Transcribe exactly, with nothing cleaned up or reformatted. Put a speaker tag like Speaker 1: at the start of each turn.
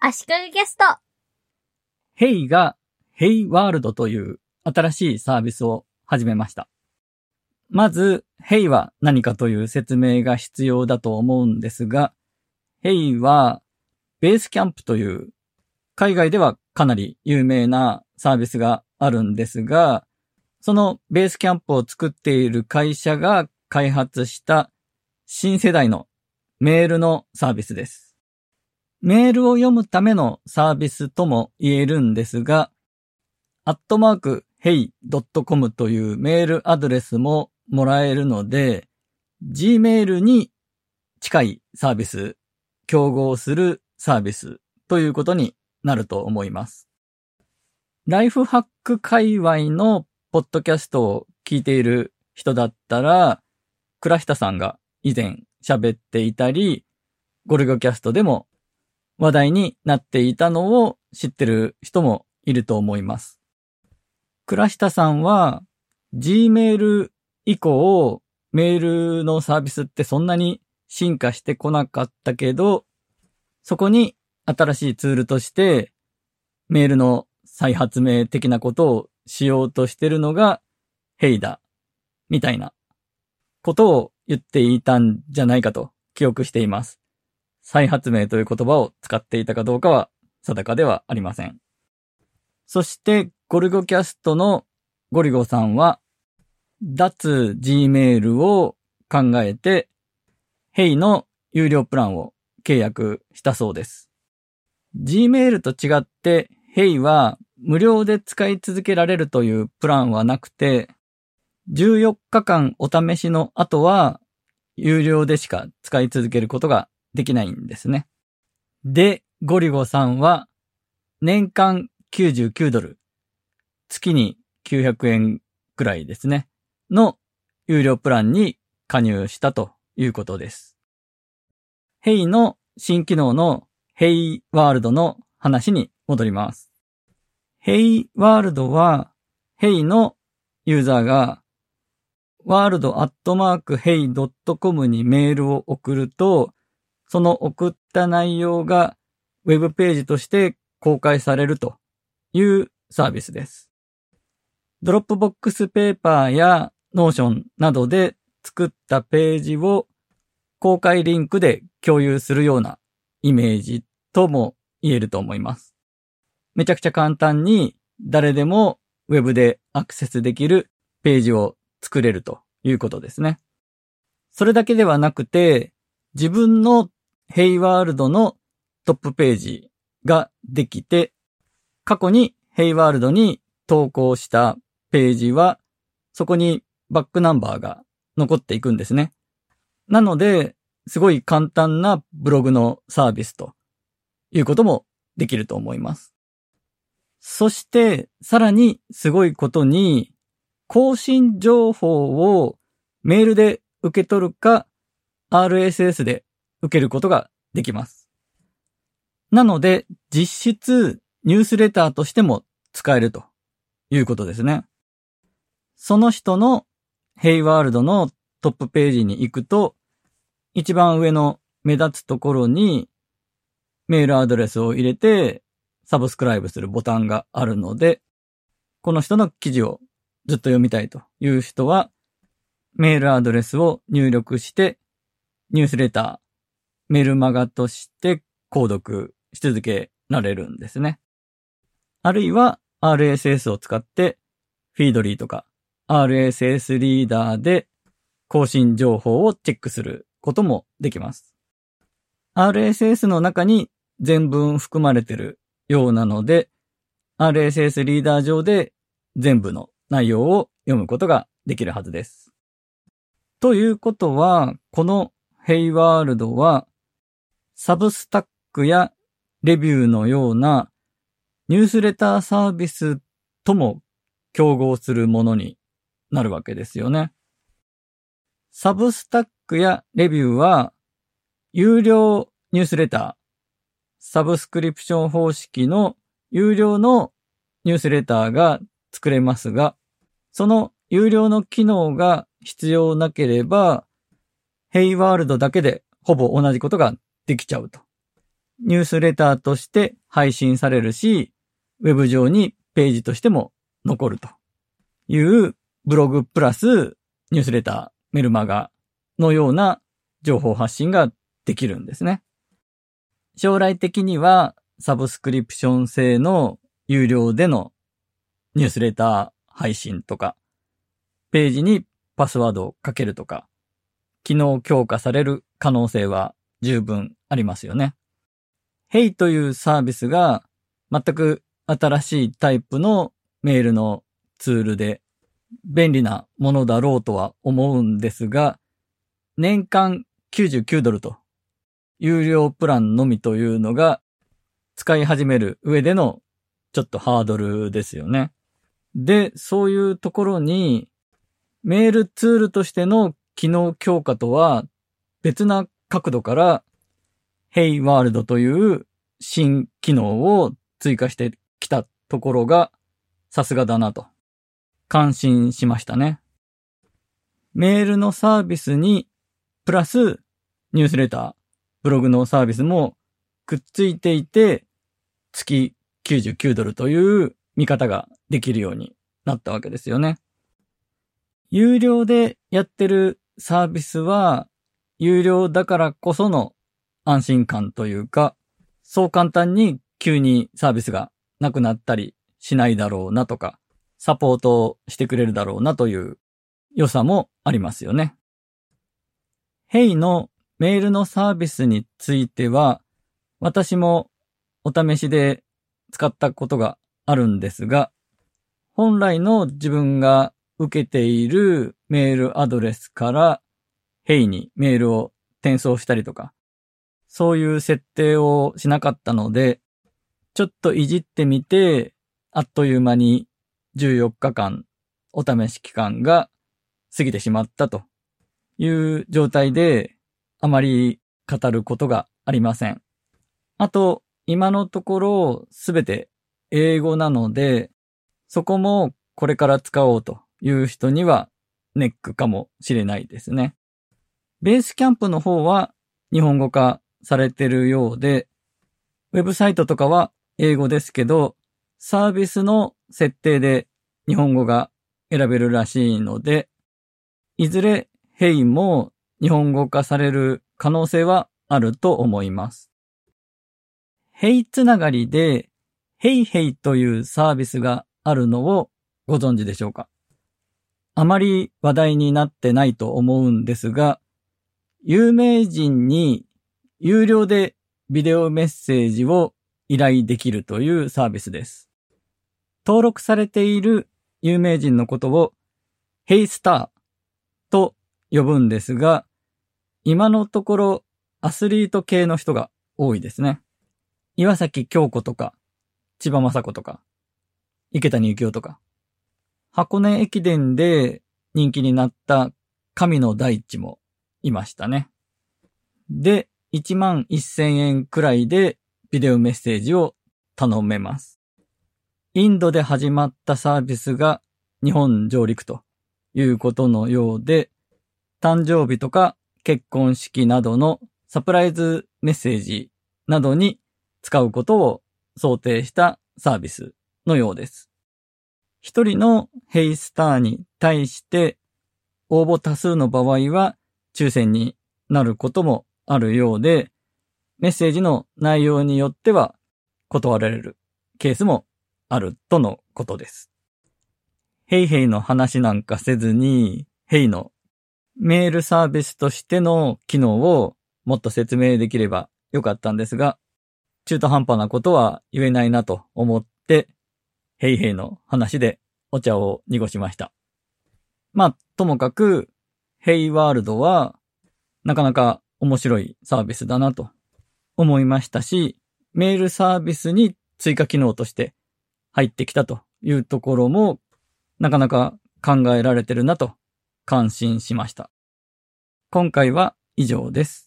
Speaker 1: 足利ゲスト。
Speaker 2: ヘイがヘイワールドという新しいサービスを始めました。まず、ヘイは何かという説明が必要だと思うんですが、ヘイはベースキャンプという海外ではかなり有名なサービスがあるんですが、そのベースキャンプを作っている会社が開発した新世代のメールのサービスです。メールを読むためのサービスとも言えるんですが、アットマークヘイドットコム というメールアドレスももらえるので、Gmail に近いサービス、競合するサービスということになると思います。ライフハック界隈のポッドキャストを聞いている人だったら、倉下さんが以前喋っていたり、ゴルゴキャストでも話題になっていたのを知ってる人もいると思います。倉下さんは Gmail 以降メールのサービスってそんなに進化してこなかったけど、そこに新しいツールとしてメールの再発明的なことをしようとしてるのがヘイだみたいなことを言っていたんじゃないかと記憶しています。再発明という言葉を使っていたかどうかは定かではありません。そしてゴルゴキャストのゴリゴさんは脱 Gmail を考えてヘイの有料プランを契約したそうです。Gmail と違ってヘイは無料で使い続けられるというプランはなくて、じゅうよっかかんお試しの後は有料でしか使い続けることができないんですね。で、ゴリゴさんは年間きゅうじゅうきゅうドル、月にきゅうひゃくえんくらいですね、の有料プランに加入したということです。ヘイの新機能のヘイワールドの話に戻ります。ヘイワールドはヘイのユーザーがワールドアットマークヘイドットコムにメールを送ると、その送った内容がウェブページとして公開されるというサービスです。ドロップボックスペーパーやノーションなどで作ったページを公開リンクで共有するようなイメージとも言えると思います。めちゃくちゃ簡単に誰でもウェブでアクセスできるページを作れるということですね。それだけではなくて、自分のヘイワールドのトップページができて、過去にヘイワールドに投稿したページは、そこにバックナンバーが残っていくんですね。なので、すごい簡単なブログのサービスということもできると思います。そして、さらにすごいことに、更新情報をメールで受け取るか、アールエスエス で受けることができます。なので、実質ニュースレターとしても使えるということですね。その人のヘイワールドのトップページに行くと、一番上の目立つところにメールアドレスを入れてサブスクライブするボタンがあるので、この人の記事をずっと読みたいという人はメールアドレスを入力してニュースレター、メルマガとして購読し続けられるんですね。あるいは アールエスエス を使ってフィードリーとか アールエスエス リーダーで更新情報をチェックすることもできます。アールエスエス の中に全文含まれているようなので、アールエスエス リーダー上で全部の内容を読むことができるはずです。ということは、このヘイワールドは、サブスタックやレビューのようなニュースレターサービスとも競合するものになるわけですよね。サブスタックやレビューは、有料ニュースレター、サブスクリプション方式の有料のニュースレターが作れますが、その有料の機能が必要なければ、ヘイワールドだけでほぼ同じことができちゃうとニュースレターとして配信されるし、ウェブ上にページとしても残るというブログプラスニュースレター、メルマガのような情報発信ができるんですね。将来的にはサブスクリプション制の有料でのニュースレター配信とか、ページにパスワードをかけるとか、機能強化される可能性は十分ありますよね。Hey というサービスが全く新しいタイプのメールのツールで便利なものだろうとは思うんですが、年間きゅうじゅうきゅうドルと有料プランのみというのが使い始める上でのちょっとハードルですよね。で、そういうところにメールツールとしての機能強化とは別な角度からHey World という新機能を追加してきたところがさすがだなと感心しましたね。メールのサービスにプラスニュースレター、ブログのサービスもくっついていて月きゅうじゅうきゅうドルという見方ができるようになったわけですよね。有料でやってるサービスは有料だからこその安心感というか、そう簡単に急にサービスがなくなったりしないだろうなとか、サポートをしてくれるだろうなという良さもありますよね。Hey のメールのサービスについては、私もお試しで使ったことがあるんですが、本来の自分が受けているメールアドレスから Hey にメールを転送したりとか、そういう設定をしなかったので、ちょっといじってみて、あっという間にじゅうよっかかんお試し期間が過ぎてしまったという状態で、あまり語ることがありません。あと、今のところすべて英語なので、そこもこれから使おうという人にはネックかもしれないですね。ベースキャンプの方は日本語化されてるようで、ウェブサイトとかは英語ですけど、サービスの設定で日本語が選べるらしいので、いずれ Hey も日本語化される可能性はあると思います。Hey つながりで HeyHey というサービスがあるのをご存知でしょうか？あまり話題になってないと思うんですが、有名人に有料でビデオメッセージを依頼できるというサービスです。登録されている有名人のことを Hey Star と呼ぶんですが、今のところアスリート系の人が多いですね。岩崎恭子とか、千葉真子とか、池谷幸雄とか、箱根駅伝で人気になった神野大地もいましたね。で、いちまんせんえんくらいでビデオメッセージを頼めます。インドで始まったサービスが日本上陸ということのようで、誕生日とか結婚式などのサプライズメッセージなどに使うことを想定したサービスのようです。一人のHey Starに対して応募多数の場合は抽選になることもあるようで、メッセージの内容によっては断られるケースもあるとのことです。HeyHeyの話なんかせずに、Heyのメールサービスとしての機能をもっと説明できればよかったんですが、中途半端なことは言えないなと思って、HeyHeyの話でお茶を濁しました。まあ、ともかく、Hey World はなかなか面白いサービスだなと思いましたし、メールサービスに追加機能として入ってきたというところもなかなか考えられてるなと感心しました。今回は以上です。